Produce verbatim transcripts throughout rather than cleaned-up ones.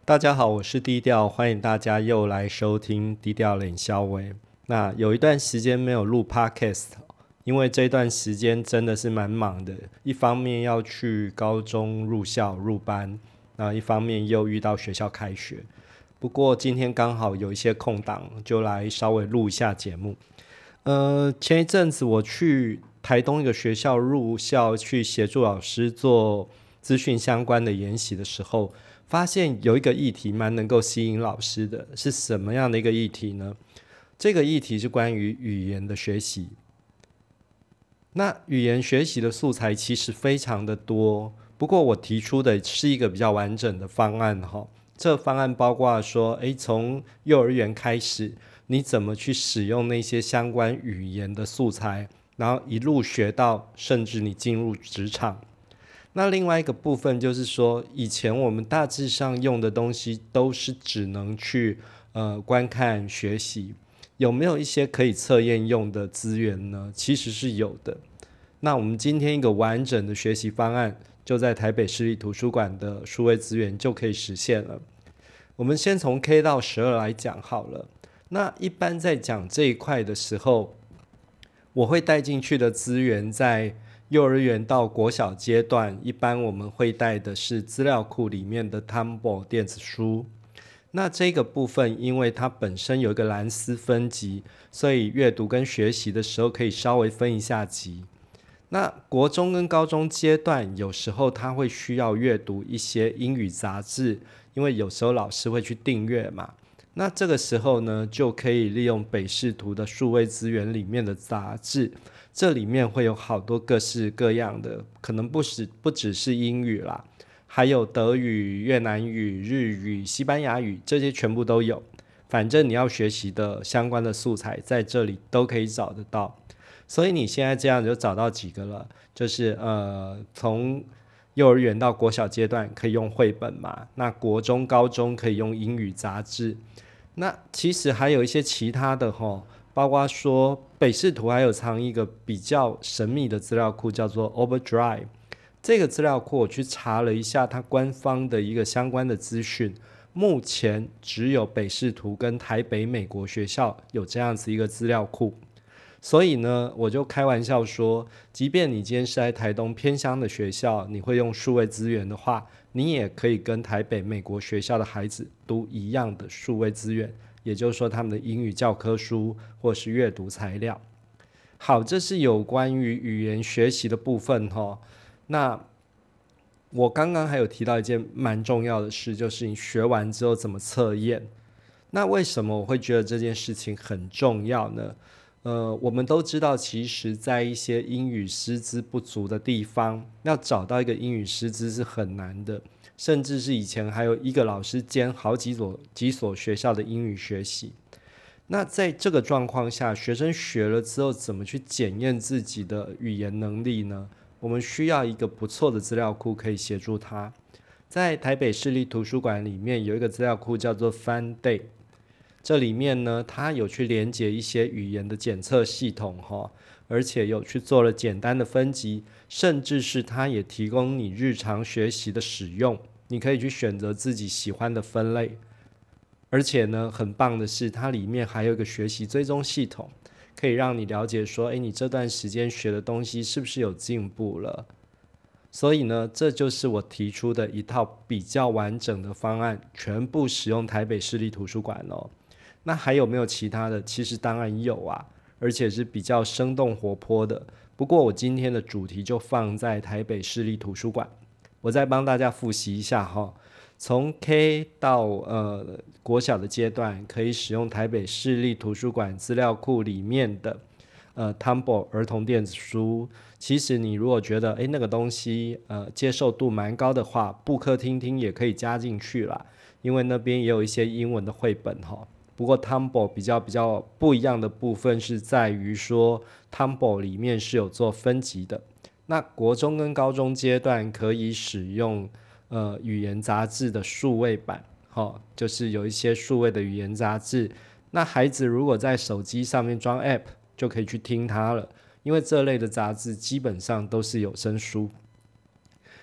大家好，我是低调，欢迎大家又来收听低调冷消微。那有一段时间没有录 podcast， 因为这段时间真的是蛮忙的，一方面要去高中入校入班，那一方面又遇到学校开学。不过今天刚好有一些空档，就来稍微录一下节目。呃，前一阵子我去台东一个学校入校去协助老师做资讯相关的研习的时候，发现有一个议题蛮能够吸引老师的，是什么样的一个议题呢？这个议题是关于语言的学习。那语言学习的素材其实非常的多，不过我提出的是一个比较完整的方案哈。这个方案包括说，诶，从幼儿园开始，你怎么去使用那些相关语言的素材，然后一路学到，甚至你进入职场。那另外一个部分就是说，以前我们大致上用的东西都是只能去呃观看学习，有没有一些可以测验用的资源呢？其实是有的。那我们今天一个完整的学习方案，就在台北市立图书馆的数位资源就可以实现了。我们先从 K 到十二来讲好了。那一般在讲这一块的时候，我会带进去的资源在幼儿园到国小阶段，一般我们会带的是资料库里面的 Tumble 电子书。那这个部分因为它本身有一个蓝丝分级，所以阅读跟学习的时候可以稍微分一下级。那国中跟高中阶段有时候他会需要阅读一些英语杂志，因为有时候老师会去订阅嘛。那这个时候呢，就可以利用北视图的数位资源里面的杂志，这里面会有好多各式各样的，可能不只不只是英语啦，还有德语、越南语、日语、西班牙语，这些全部都有。反正你要学习的相关的素材在这里都可以找得到。所以你现在这样就找到几个了，就是呃，从幼儿园到国小阶段可以用绘本嘛，那国中、高中可以用英语杂志。那其实还有一些其他的齁，包括说北视图还有藏一个比较神秘的资料库，叫做 Overdrive。这个资料库我去查了一下，它官方的一个相关的资讯，目前只有北视图跟台北美国学校有这样子一个资料库。所以呢，我就开玩笑说，即便你今天是在台东偏乡的学校，你会用数位资源的话，你也可以跟台北美国学校的孩子读一样的数位资源，也就是说他们的英语教科书或是阅读材料。好，这是有关于语言学习的部分齁。那我刚刚还有提到一件蛮重要的事，就是你学完之后怎么测验。那为什么我会觉得这件事情很重要呢？呃，我们都知道，其实在一些英语师资不足的地方，要找到一个英语师资是很难的，甚至是以前还有一个老师兼好几所几所学校的英语学习。那在这个状况下，学生学了之后，怎么去检验自己的语言能力呢？我们需要一个不错的资料库可以协助他。在台北市立图书馆里面有一个资料库叫做 FunDay。这里面呢，它有去连接一些语言的检测系统齁，而且有去做了简单的分级，甚至是它也提供你日常学习的使用，你可以去选择自己喜欢的分类。而且呢，很棒的是，它里面还有一个学习追踪系统，可以让你了解说，诶，你这段时间学的东西是不是有进步了。所以呢，这就是我提出的一套比较完整的方案，全部使用台北市立图书馆哦。那还有没有其他的？其实当然有啊，而且是比较生动活泼的。不过我今天的主题就放在台北市立图书馆，我再帮大家复习一下哈。从 K 到呃国小的阶段，可以使用台北市立图书馆资料库里面的呃 Tumble 儿童电子书。其实你如果觉得诶那个东西呃接受度蛮高的话，布克听听也可以加进去啦，因为那边也有一些英文的绘本哈。不过 Tumble 比较比较不一样的部分是在于说 Tumble 里面是有做分级的。那国中跟高中阶段可以使用呃语言杂志的数位版，哦，就是有一些数位的语言杂志。那孩子如果在手机上面装 App 就可以去听它了，因为这类的杂志基本上都是有声书。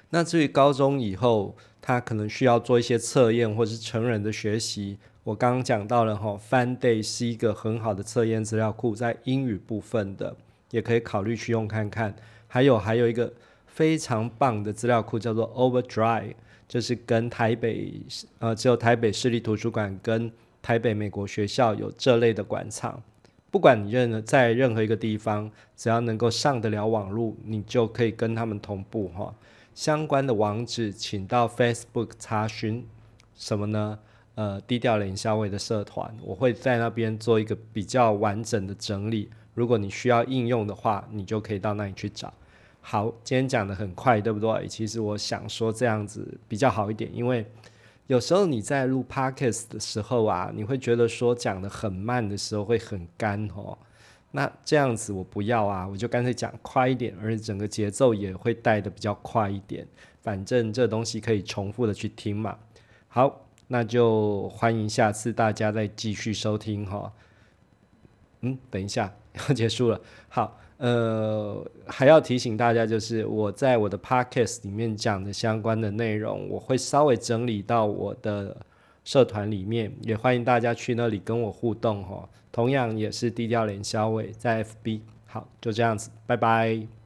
那至于高中以后，他可能需要做一些测验或是成人的学习。我刚刚讲到了哈 ，Funday 是一个很好的测验资料库，在英语部分的，也可以考虑去用看看。还有还有一个非常棒的资料库叫做 Overdrive， 就是跟台北呃只有台北市立图书馆跟台北美国学校有这类的馆藏。不管你任在任何一个地方，只要能够上得了网络，你就可以跟他们同步哈。相关的网址，请到 Facebook 查询什么呢？呃，低调冷销委的社团，我会在那边做一个比较完整的整理。如果你需要应用的话，你就可以到那里去找。好，今天讲的很快，对不对？其实我想说这样子比较好一点，因为有时候你在录 podcast 的时候啊，你会觉得说讲的很慢的时候会很干哦。那这样子我不要啊，我就干脆讲快一点，而且整个节奏也会带的比较快一点。反正这东西可以重复的去听嘛。好，那就欢迎下次大家再继续收听哈。嗯，等一下要结束了。好，呃，还要提醒大家，就是我在我的 podcast 里面讲的相关的内容，我会稍微整理到我的社团里面，也欢迎大家去那里跟我互动哈。同样也是低调连消委在 F B。好，就这样子，拜拜。